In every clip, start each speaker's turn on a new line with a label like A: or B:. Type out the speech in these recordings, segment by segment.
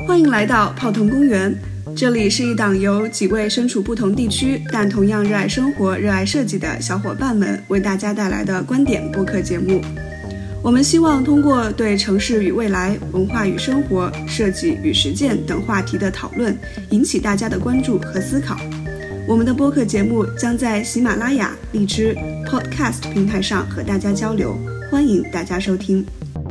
A: 欢迎来到泡腾公园，这里是一档由几位身处不同地区但同样热爱生活、热爱设计的小伙伴们为大家带来的观点播客节目。我们希望通过对城市与未来、文化与生活、设计与实践等话题的讨论，引起大家的关注和思考。我们的播客节目将在喜马拉雅、荔枝、Podcast 平台上和大家交流，欢迎大家收听。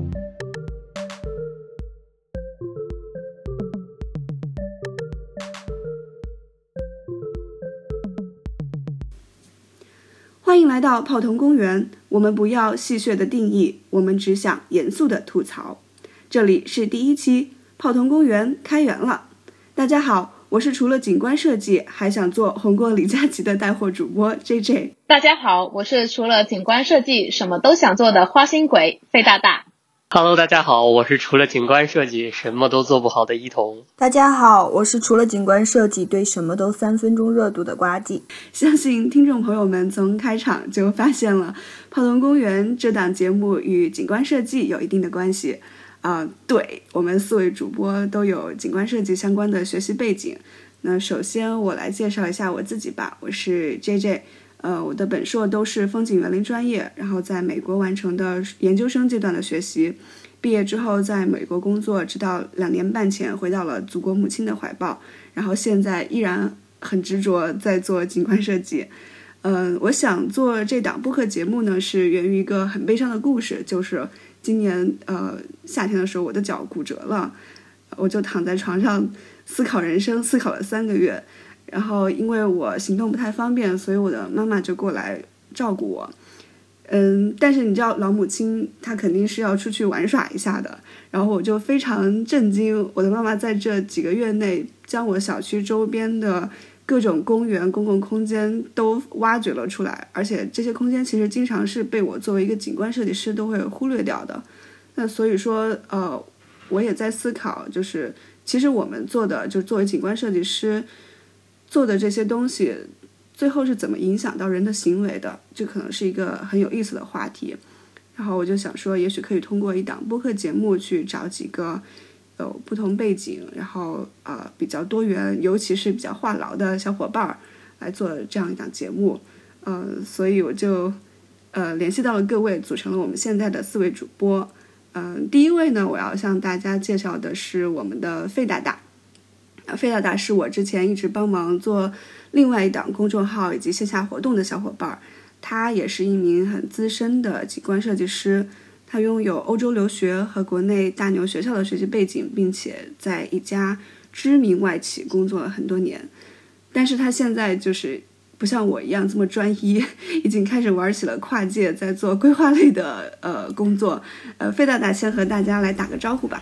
A: 欢迎来到泡腾公园，我们不要戏谑的定义，我们只想严肃的吐槽。这里是第1期，泡腾公园开园了。大家好，我是除了景观设计还想做红过李佳琦的带货主播 JJ。
B: 大家好，我是除了景观设计什么都想做的花心鬼费大大。
C: Hello， 大家好，我是除了景观设计什么都做不好的一彤。
D: 大家好，我是除了景观设计对什么都3分钟热度的呱唧。
A: 相信听众朋友们从开场就发现了泡腾公园这档节目与景观设计有一定的关系。对，我们4位主播都有景观设计相关的学习背景。那首先我来介绍一下我自己吧，我是 JJ。我的本硕都是风景园林专业，然后在美国完成的研究生阶段的学习，毕业之后在美国工作，直到2年半前回到了祖国母亲的怀抱，然后现在依然很执着在做景观设计。我想做这档播客节目呢，是源于一个很悲伤的故事，就是今年夏天的时候我的脚骨折了，我就躺在床上思考人生，思考了3个月。然后因为我行动不太方便，所以我的妈妈就过来照顾我。但是你知道老母亲她肯定是要出去玩耍一下的，然后我就非常震惊，我的妈妈在这几个月内将我小区周边的各种公园公共空间都挖掘了出来，而且这些空间其实经常是被我作为一个景观设计师都会忽略掉的。那所以说我也在思考，就是其实我们做的，就作为景观设计师做的这些东西最后是怎么影响到人的行为的，这可能是一个很有意思的话题。然后我就想说，也许可以通过一档播客节目去找几个有不同背景，然后比较多元，尤其是比较话痨的小伙伴来做这样一档节目。所以我就联系到了各位，组成了我们现在的4位主播。第一位呢，我要向大家介绍的是我们的费大大。费大大是我之前一直帮忙做另外一档公众号以及线下活动的小伙伴，他也是一名很资深的景观设计师，他拥有欧洲留学和国内大牛学校的学习背景，并且在一家知名外企工作了很多年。但是他现在就是不像我一样这么专一，已经开始玩起了跨界，在做规划类的工作。费大大先和大家来打个招呼吧。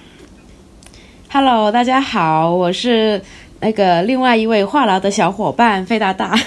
E: Hello， 大家好，我是那个另外一位话痨的小伙伴费大大。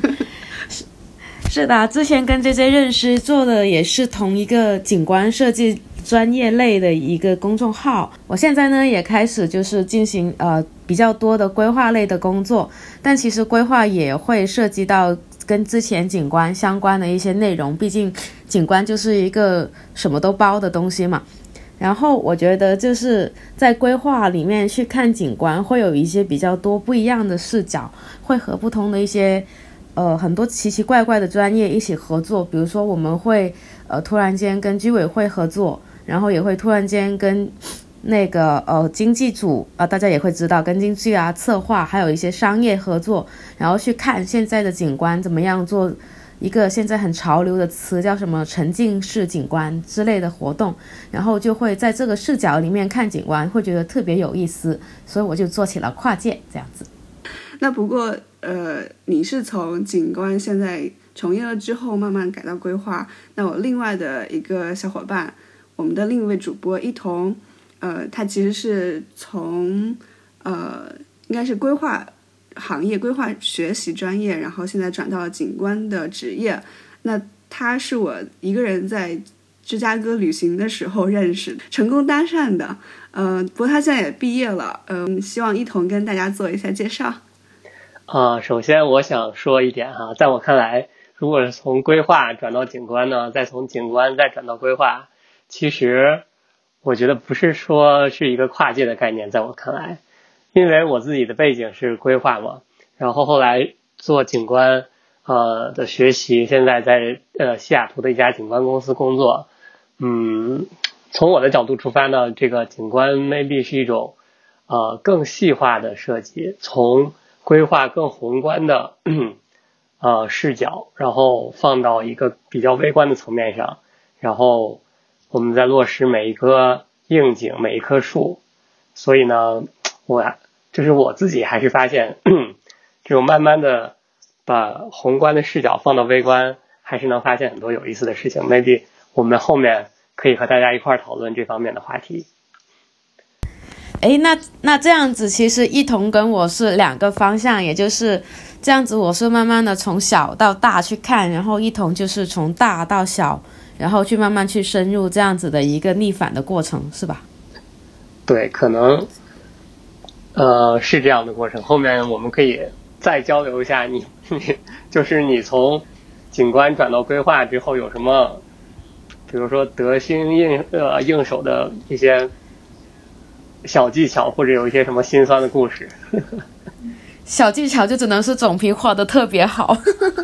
E: 是的，之前跟 JJ 认识，做的也是同一个景观设计专业类的一个公众号。我现在呢也开始就是进行比较多的规划类的工作，但其实规划也会涉及到跟之前景观相关的一些内容，毕竟景观就是一个什么都包的东西嘛。然后我觉得就是在规划里面去看景观，会有一些比较多不一样的视角，会和不同的一些很多奇奇怪怪的专业一起合作。比如说我们会突然间跟居委会合作，然后也会突然间跟那个经济组大家也会知道跟经济策划还有一些商业合作，然后去看现在的景观怎么样做一个现在很潮流的词叫什么沉浸式景观之类的活动，然后就会在这个视角里面看景观，会觉得特别有意思，所以我就做起了跨界这样子。
A: 那不过你是从景观现在从业了之后慢慢改到规划，那我另外的一个小伙伴，我们的另一位主播一彤，他其实是从应该是规划行业规划学习专业，然后现在转到了景观的职业。那他是我一个人在芝加哥旅行的时候认识，成功搭讪的。不过他现在也毕业了。希望一彤跟大家做一下介绍。
C: 首先我想说一点哈，在我看来，如果是从规划转到景观呢，再从景观再转到规划，其实我觉得不是说是一个跨界的概念，在我看来， 因为我自己的背景是规划嘛，然后后来做景观的学习，现在在西雅图的一家景观公司工作。从我的角度出发呢，这个景观 maybe 是一种更细化的设计，从规划更宏观的视角，然后放到一个比较微观的层面上，然后我们再落实每一个应景，每一棵树。所以呢，就是我自己还是发现这种慢慢的把宏观的视角放到微观，还是能发现很多有意思的事情。maybe 我们后面可以和大家一块讨论这方面的话题。
E: 那这样子其实一同跟我是两个方向，也就是这样子，我是慢慢的从小到大去看，然后一同就是从大到小，然后去慢慢去深入，这样子的一个逆反的过程，是吧？
C: 对，可能是这样的过程。后面我们可以再交流一下你就是你从景观转到规划之后有什么，比如说得心应手的一些小技巧，或者有一些什么心酸的故事。
E: 小技巧就只能是总评画的特别好。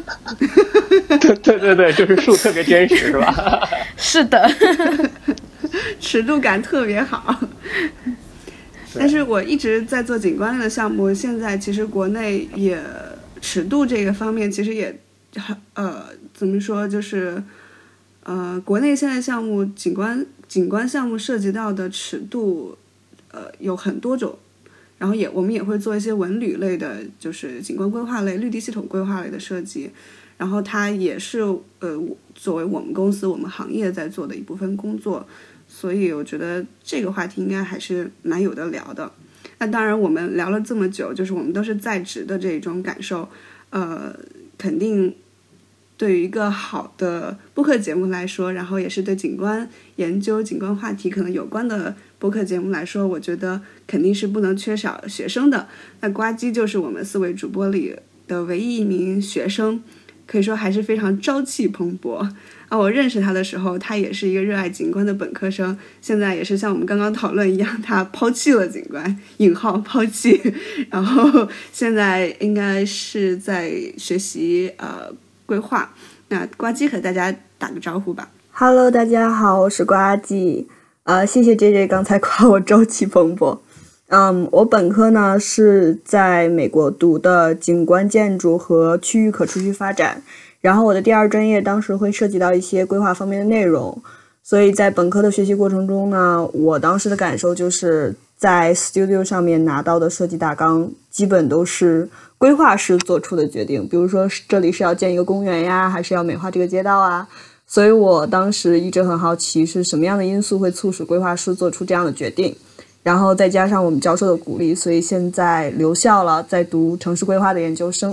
C: 对，就是树特别真实，是吧？
E: 是的。
A: 尺度感特别好。但是我一直在做景观类的项目，现在其实国内也尺度这个方面其实也怎么说，就是国内现在项目景观项目涉及到的尺度有很多种，然后我们也会做一些文旅类的，就是景观规划类、绿地系统规划类的设计，然后它也是作为我们公司我们行业在做的一部分工作，所以我觉得这个话题应该还是蛮有的聊的。那当然我们聊了这么久，就是我们都是在职的这种感受，肯定对于一个好的播客节目来说，然后也是对景观研究、景观话题可能有关的播客节目来说，我觉得肯定是不能缺少学生的。那呱唧就是我们4位主播里的唯一一名学生，可以说还是非常朝气蓬勃。我认识他的时候，他也是一个热爱景观的本科生，现在也是像我们刚刚讨论一样，他抛弃了景观（引号抛弃），然后现在应该是在学习规划。那呱唧和大家打个招呼吧。
D: Hello， 大家好，我是呱唧。谢谢 JJ 刚才夸我朝气蓬勃。我本科呢是在美国读的景观建筑和区域可持续发展，然后我的第二专业当时会涉及到一些规划方面的内容，所以在本科的学习过程中呢，我当时的感受就是在 Studio 上面拿到的设计大纲基本都是规划师做出的决定，比如说这里是要建一个公园呀，还是要美化这个街道啊，所以我当时一直很好奇是什么样的因素会促使规划师做出这样的决定，然后再加上我们教授的鼓励，所以现在留校了，在读城市规划的研究生。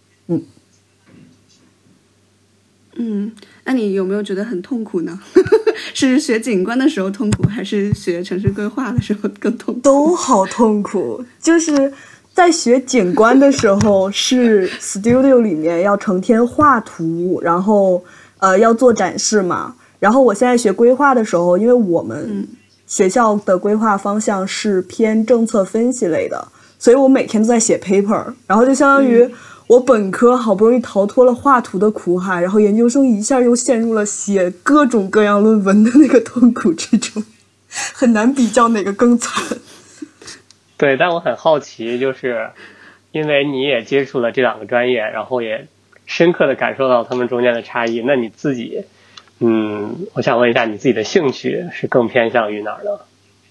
A: 那你有没有觉得很痛苦呢？是学景观的时候痛苦，还是学城市规划的时候更痛苦？
D: 都好痛苦。就是在学景观的时候是 Studio 里面要成天画图，然后要做展示嘛，然后我现在学规划的时候，因为我们学校的规划方向是偏政策分析类的，所以我每天都在写 paper， 然后就相当于我本科好不容易逃脱了画图的苦海，然后研究生一下又陷入了写各种各样论文的那个痛苦之中，很难比较哪个更惨。
C: 对，但我很好奇，就是因为你也接触了这两个专业，然后也深刻的感受到他们中间的差异，那你自己我想问一下，你自己的兴趣是更偏向于哪儿呢？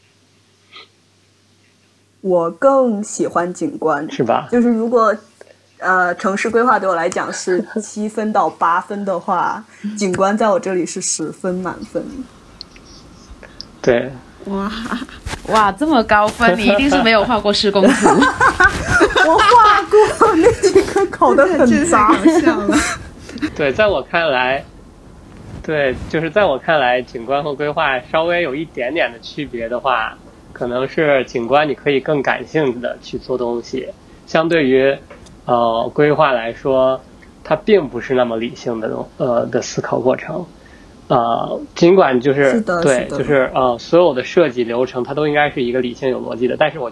D: 我更喜欢景观，
C: 是吧？
D: 就是如果城市规划对我来讲是7分到8分的话，景观在我这里是10分满分。
C: 对，
E: 哇，这么高分，你一定是没有画过施工图。
D: 我画过，那几科考得很杂。
A: 太搞笑了。
C: 对，在我看来，就是在我看来，景观和规划稍微有一点点的区别的话，可能是景观你可以更感性的去做东西，相对于规划来说，它并不是那么理性的思考过程。尽管就是对，就是所有的设计流程它都应该是一个理性有逻辑的，但是我觉得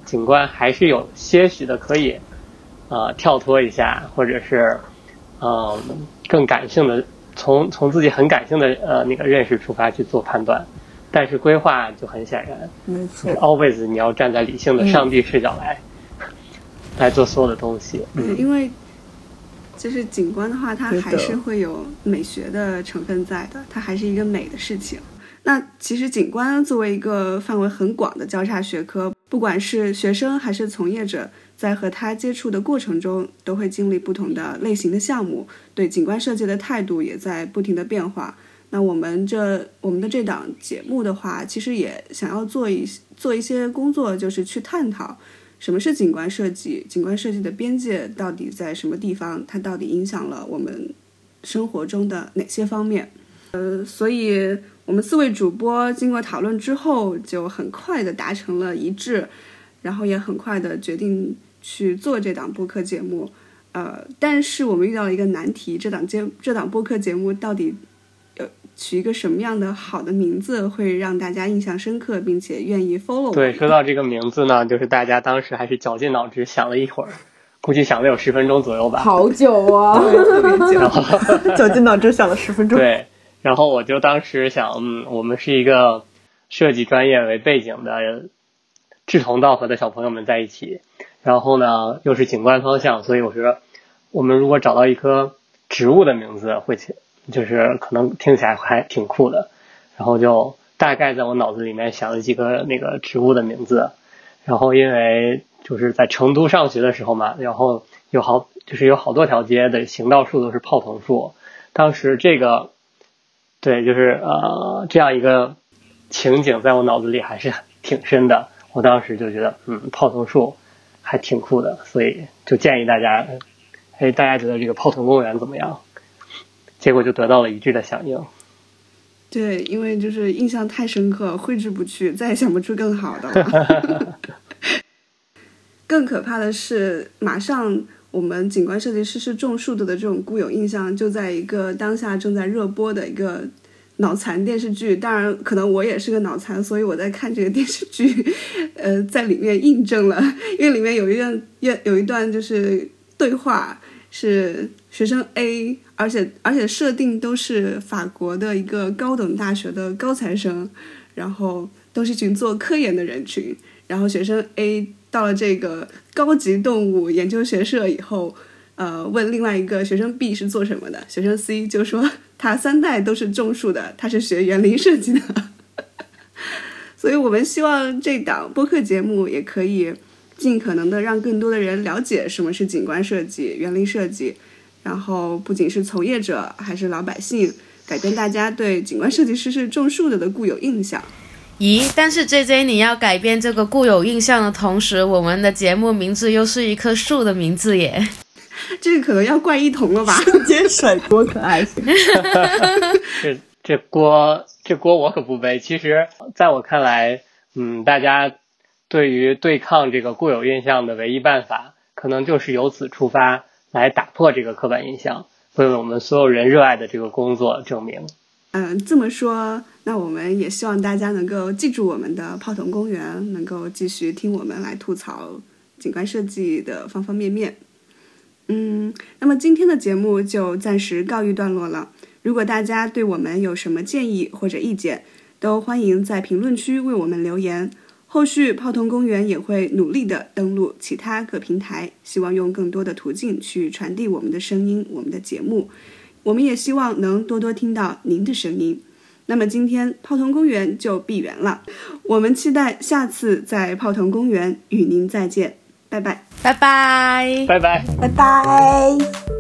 C: 景观还是有些许的可以跳脱一下，或者是更感性的从自己很感性的那个认识出发去做判断。但是规划就很显然，
D: 没错
C: always 你要站在理性的上帝视角来做所有的东西。
A: 因为就是景观的话，它还是会有美学的成分在的，它还是一个美的事情。那其实景观作为一个范围很广的交叉学科，不管是学生还是从业者，在和它接触的过程中，都会经历不同的类型的项目，对景观设计的态度也在不停的变化。那我们的这档节目的话，其实也想要做一些工作，就是去探讨什么是景观设计，景观设计的边界到底在什么地方，它到底影响了我们生活中的哪些方面。所以我们4位主播经过讨论之后，就很快的达成了一致，然后也很快的决定去做这档播客节目。但是我们遇到了一个难题，这档播客节目到底取一个什么样的好的名字会让大家印象深刻并且愿意 follow。
C: 对，说到这个名字呢，就是大家当时还是绞尽脑汁想了一会儿，估计想了有10分钟左右吧。
E: 好久啊，
A: 特别久，
D: 绞尽脑汁想了10分钟。
C: 对，然后我就当时想，我们是一个设计专业为背景的志同道合的小朋友们在一起，然后呢又是景观方向，所以我觉得我们如果找到一棵植物的名字会就是可能听起来还挺酷的，然后就大概在我脑子里面想了几个那个植物的名字。然后因为就是在成都上学的时候嘛，然后有好多条街的行道树都是泡桐树，当时这个对就是这样一个情景在我脑子里还是挺深的，我当时就觉得泡桐树还挺酷的，所以就建议大家大家觉得这个泡桐公园怎么样？结果就得到了一致的响应。
A: 对，因为就是印象太深刻，挥之不去，再也想不出更好的了。更可怕的是，马上我们景观设计师是种树的这种固有印象，就在一个当下正在热播的一个脑残电视剧。当然可能我也是个脑残，所以我在看这个电视剧在里面印证了，因为里面有一段就是对话是学生 A， 而且设定都是法国的一个高等大学的高材生，然后都是一群做科研的人群。然后学生 A 到了这个高级动物研究学社以后，问另外一个学生 B 是做什么的，学生 C 就说他3代都是种树的，他是学园林设计的。所以我们希望这档播客节目也可以尽可能的让更多的人了解什么是景观设计、园林设计，然后不仅是从业者还是老百姓，改变大家对景观设计师是种树的固有印象。
E: 咦，但是 JJ 你要改变这个固有印象的同时，我们的节目名字又是一棵树的名字耶。
A: 这个可能要怪一彤了吧？
D: 瞬间甩锅可爱型。
C: 这锅我可不背。其实在我看来，大家对于对抗这个固有印象的唯一办法，可能就是由此出发来打破这个刻板印象，为我们所有人热爱的这个工作证明。
A: 这么说，那我们也希望大家能够记住我们的泡桐公园，能够继续听我们来吐槽景观设计的方方面面。那么今天的节目就暂时告一段落了。如果大家对我们有什么建议或者意见，都欢迎在评论区为我们留言。后续泡桐公园也会努力的登录其他各平台，希望用更多的途径去传递我们的声音，我们的节目。我们也希望能多多听到您的声音。那么今天泡桐公园就闭园了，我们期待下次在泡桐公园与您再见，拜拜，
E: 拜拜，
C: 拜拜，
D: 拜拜。